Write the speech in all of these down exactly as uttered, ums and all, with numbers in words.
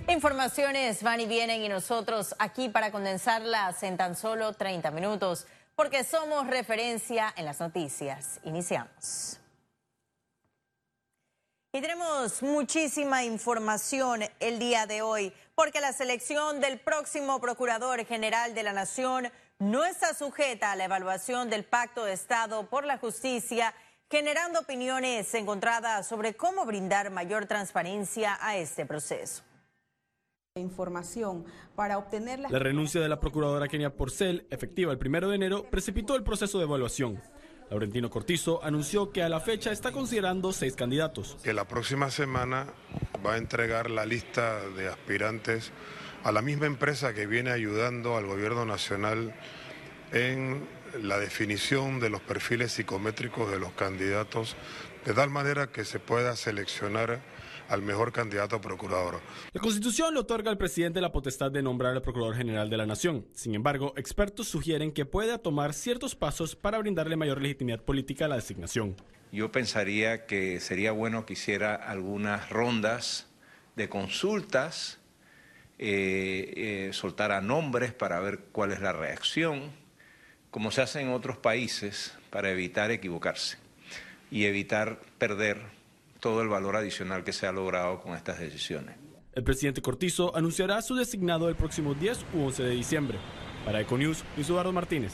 Informaciones van y vienen y nosotros aquí para condensarlas en tan solo treinta minutos, porque somos referencia en las noticias. Iniciamos. Y tenemos muchísima información el día de hoy, porque la selección del próximo Procurador General de la Nación no está sujeta a la evaluación del Pacto de Estado por la Justicia, generando opiniones encontradas sobre cómo brindar mayor transparencia a este proceso. Información para obtener las... La renuncia de la procuradora Kenia Porcel, efectiva el primero de enero, precipitó el proceso de evaluación. Laurentino Cortizo anunció que a la fecha está considerando seis candidatos. Que la próxima semana va a entregar la lista de aspirantes a la misma empresa que viene ayudando al gobierno nacional en la definición de los perfiles psicométricos de los candidatos, de tal manera que se pueda seleccionar al mejor candidato a procurador. La Constitución le otorga al presidente la potestad de nombrar al Procurador General de la Nación. Sin embargo, expertos sugieren que pueda tomar ciertos pasos para brindarle mayor legitimidad política a la designación. Yo pensaría que sería bueno que hiciera algunas rondas de consultas, eh, eh, soltara nombres para ver cuál es la reacción, como se hace en otros países, para evitar equivocarse y evitar perder todo el valor adicional que se ha logrado con estas decisiones. El presidente Cortizo anunciará su designado el próximo diez u once de diciembre. Para Econews, Luis Eduardo Martínez.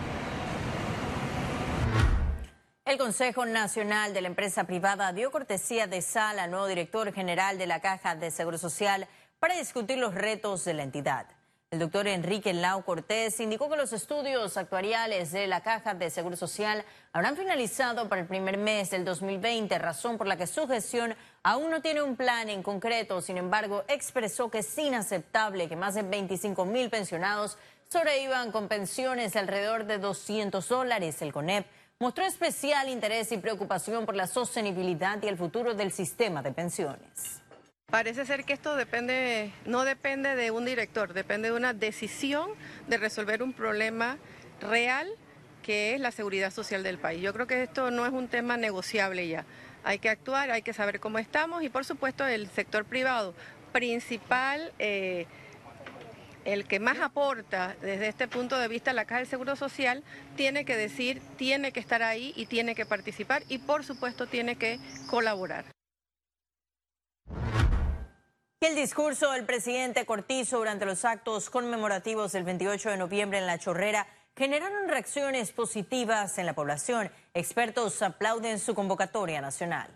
El Consejo Nacional de la Empresa Privada dio cortesía de sala al nuevo director general de la Caja de Seguro Social para discutir los retos de la entidad. El doctor Enrique Lau Cortés indicó que los estudios actuariales de la Caja de Seguro Social habrán finalizado para el primer mes del dos mil veinte, razón por la que su gestión aún no tiene un plan en concreto. Sin embargo, expresó que es inaceptable que más de veinticinco mil pensionados sobrevivan con pensiones de alrededor de doscientos dólares. El CONEP mostró especial interés y preocupación por la sostenibilidad y el futuro del sistema de pensiones. Parece ser que esto depende, no depende de un director, depende de una decisión de resolver un problema real que es la seguridad social del país. Yo creo que esto no es un tema negociable ya. Hay que actuar, hay que saber cómo estamos y por supuesto el sector privado principal, eh, el que más aporta desde este punto de vista la Caja del Seguro Social, tiene que decir, tiene que estar ahí y tiene que participar y por supuesto tiene que colaborar. Y el discurso del presidente Cortizo durante los actos conmemorativos del veintiocho de noviembre en La Chorrera generaron reacciones positivas en la población. Expertos aplauden su convocatoria nacional.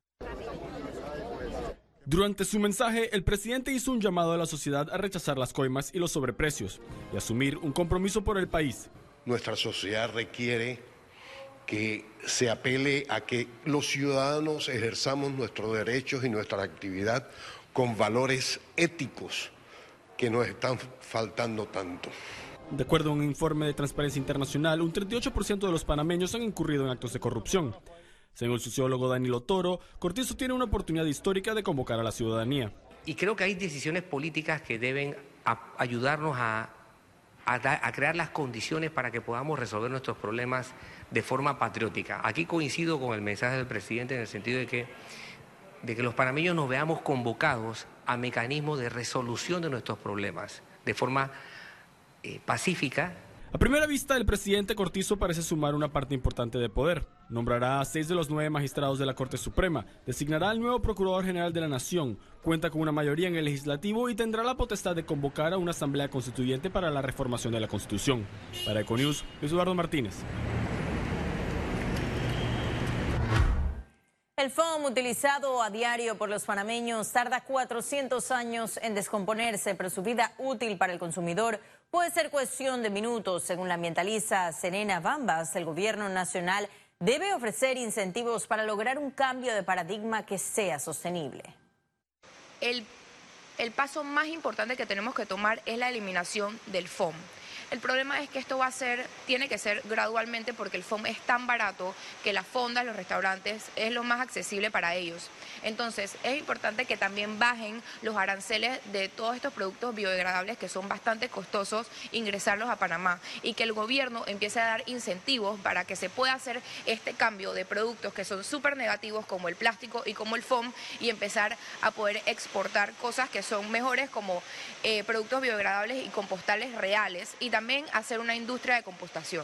Durante su mensaje, el presidente hizo un llamado a la sociedad a rechazar las coimas y los sobreprecios y asumir un compromiso por el país. Nuestra sociedad requiere que se apele a que los ciudadanos ejerzamos nuestros derechos y nuestra actividad con valores éticos que nos están faltando tanto. De acuerdo a un informe de Transparencia Internacional, un treinta y ocho por ciento de los panameños han incurrido en actos de corrupción. Según el sociólogo Danilo Toro, Cortizo tiene una oportunidad histórica de convocar a la ciudadanía. Y creo que hay decisiones políticas que deben a, ayudarnos a, a, da, a crear las condiciones para que podamos resolver nuestros problemas de forma patriótica. Aquí coincido con el mensaje del presidente en el sentido de que de que los panameños nos veamos convocados a mecanismos de resolución de nuestros problemas de forma eh, pacífica. A primera vista, el presidente Cortizo parece sumar una parte importante de poder. Nombrará a seis de los nueve magistrados de la Corte Suprema, designará al nuevo Procurador General de la Nación, cuenta con una mayoría en el Legislativo y tendrá la potestad de convocar a una Asamblea Constituyente para la reformación de la Constitución. Para Econews, Luis Eduardo Martínez. El foam utilizado a diario por los panameños tarda cuatrocientos años en descomponerse, pero su vida útil para el consumidor puede ser cuestión de minutos. Según la ambientalista Serena Bambas, el gobierno nacional debe ofrecer incentivos para lograr un cambio de paradigma que sea sostenible. El, el paso más importante que tenemos que tomar es la eliminación del foam. El problema es que esto va a ser, tiene que ser gradualmente porque el F O M es tan barato que las fondas, los restaurantes, es lo más accesible para ellos. Entonces, es importante que también bajen los aranceles de todos estos productos biodegradables que son bastante costosos, ingresarlos a Panamá, y que el gobierno empiece a dar incentivos para que se pueda hacer este cambio de productos que son súper negativos como el plástico y como el F O M, y empezar a poder exportar cosas que son mejores como eh, productos biodegradables y compostales reales, y también hacer una industria de compostación.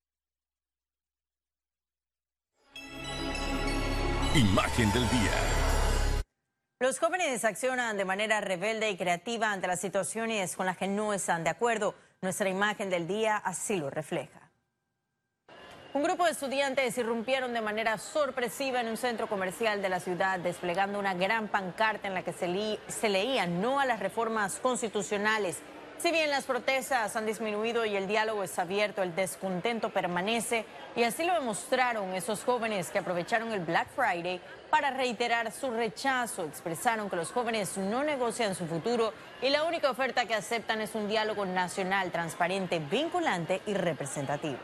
Imagen del día. Los jóvenes accionan de manera rebelde y creativa ante las situaciones con las que no están de acuerdo. Nuestra imagen del día así lo refleja. Un grupo de estudiantes irrumpieron de manera sorpresiva en un centro comercial de la ciudad, desplegando una gran pancarta en la que se, le se leía no a las reformas constitucionales. Si bien las protestas han disminuido y el diálogo está abierto, el descontento permanece, y así lo demostraron esos jóvenes que aprovecharon el Black Friday para reiterar su rechazo. Expresaron que los jóvenes no negocian su futuro y la única oferta que aceptan es un diálogo nacional, transparente, vinculante y representativo.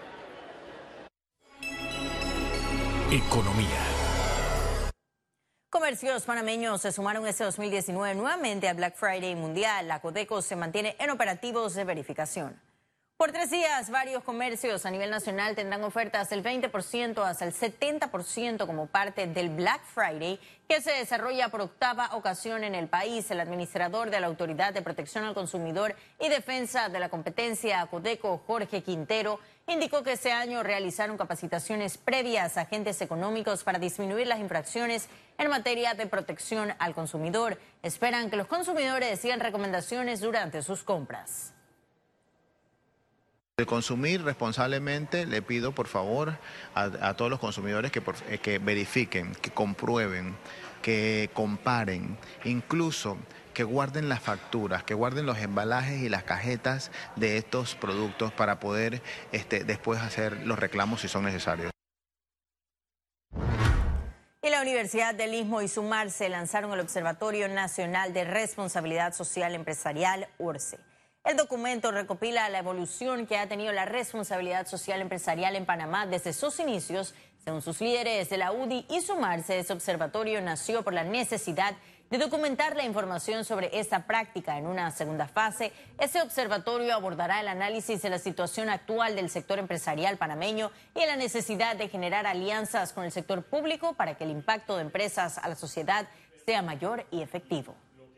Economía. Comercios panameños se sumaron este dos mil diecinueve nuevamente al Black Friday mundial. La Codeco se mantiene en operativos de verificación. Por tres días, varios comercios a nivel nacional tendrán ofertas del veinte por ciento hasta el setenta por ciento como parte del Black Friday, que se desarrolla por octava ocasión en el país. El administrador de la Autoridad de Protección al Consumidor y Defensa de la Competencia, Codeco, Jorge Quintero, indicó que este año realizaron capacitaciones previas a agentes económicos para disminuir las infracciones en materia de protección al consumidor. Esperan que los consumidores sigan recomendaciones durante sus compras. De consumir responsablemente, le pido por favor a, a todos los consumidores que, por, eh, que verifiquen, que comprueben, que comparen, incluso que guarden las facturas, que guarden los embalajes y las cajetas de estos productos para poder este, después hacer los reclamos si son necesarios. Y la Universidad del Istmo y Sumarse lanzaron el Observatorio Nacional de Responsabilidad Social Empresarial, U R S E. El documento recopila la evolución que ha tenido la responsabilidad social empresarial en Panamá desde sus inicios. Según sus líderes de la U D I y Sumarse, ese observatorio nació por la necesidad de documentar la información sobre esta práctica. En una segunda fase, ese observatorio abordará el análisis de la situación actual del sector empresarial panameño y la necesidad de generar alianzas con el sector público para que el impacto de empresas a la sociedad sea mayor y efectivo.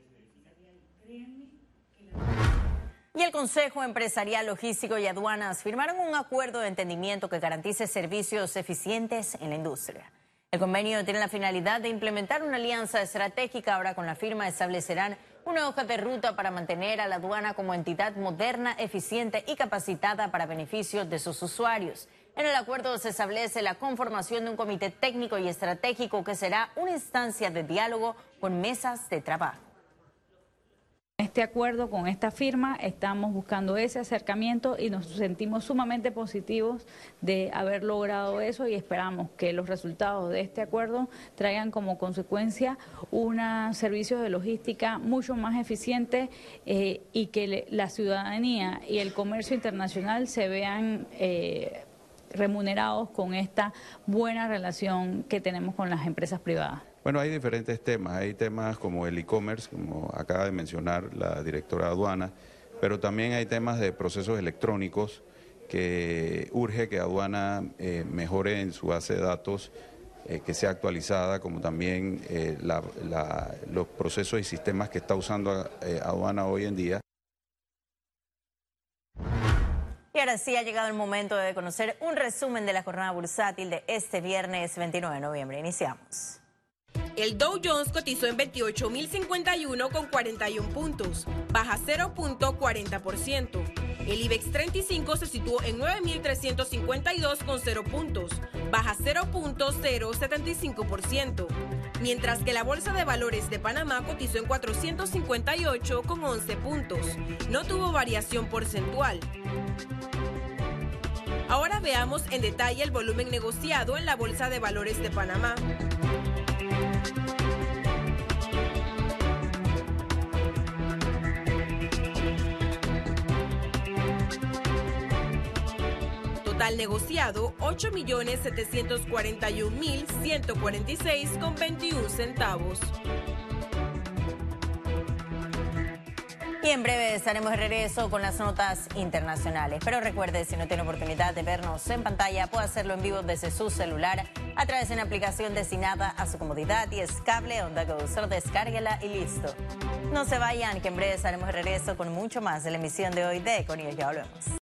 Y el Consejo Empresarial, Logístico y Aduanas firmaron un acuerdo de entendimiento que garantice servicios eficientes en la industria. El convenio tiene la finalidad de implementar una alianza estratégica. Ahora con la firma establecerán una hoja de ruta para mantener a la aduana como entidad moderna, eficiente y capacitada para beneficio de sus usuarios. En el acuerdo se establece la conformación de un comité técnico y estratégico que será una instancia de diálogo con mesas de trabajo. Este acuerdo, con esta firma, estamos buscando ese acercamiento y nos sentimos sumamente positivos de haber logrado eso, y esperamos que los resultados de este acuerdo traigan como consecuencia unos servicios de logística mucho más eficientes eh, y que le, la ciudadanía y el comercio internacional se vean eh, remunerados con esta buena relación que tenemos con las empresas privadas. Bueno, hay diferentes temas, hay temas como el e-commerce, como acaba de mencionar la directora de aduana, pero también hay temas de procesos electrónicos que urge que aduana eh, mejore en su base de datos, eh, que sea actualizada, como también eh, la, la, los procesos y sistemas que está usando eh, aduana hoy en día. Y ahora sí ha llegado el momento de conocer un resumen de la jornada bursátil de este viernes veintinueve de noviembre. Iniciamos. El Dow Jones cotizó en veintiocho mil cincuenta y uno con cuarenta y uno puntos, baja cero punto cuarenta por ciento. El IBEX treinta y cinco se situó en nueve mil trescientos cincuenta y dos con cero puntos, baja cero punto cero setenta y cinco por ciento. Mientras que la Bolsa de Valores de Panamá cotizó en cuatrocientos cincuenta y ocho con once puntos. No tuvo variación porcentual. Ahora veamos en detalle el volumen negociado en la Bolsa de Valores de Panamá. Total negociado ocho millones setecientos cuarenta y un mil ciento cuarenta y seis con veintiún centavos. Y en breve estaremos de regreso con las notas internacionales. Pero recuerde, si no tiene oportunidad de vernos en pantalla, puede hacerlo en vivo desde su celular a través de una aplicación destinada a su comodidad y es Cable On The Go. Solo descárguela y listo. No se vayan, que en breve estaremos de regreso con mucho más de la emisión de hoy de Econius. Ya volvemos.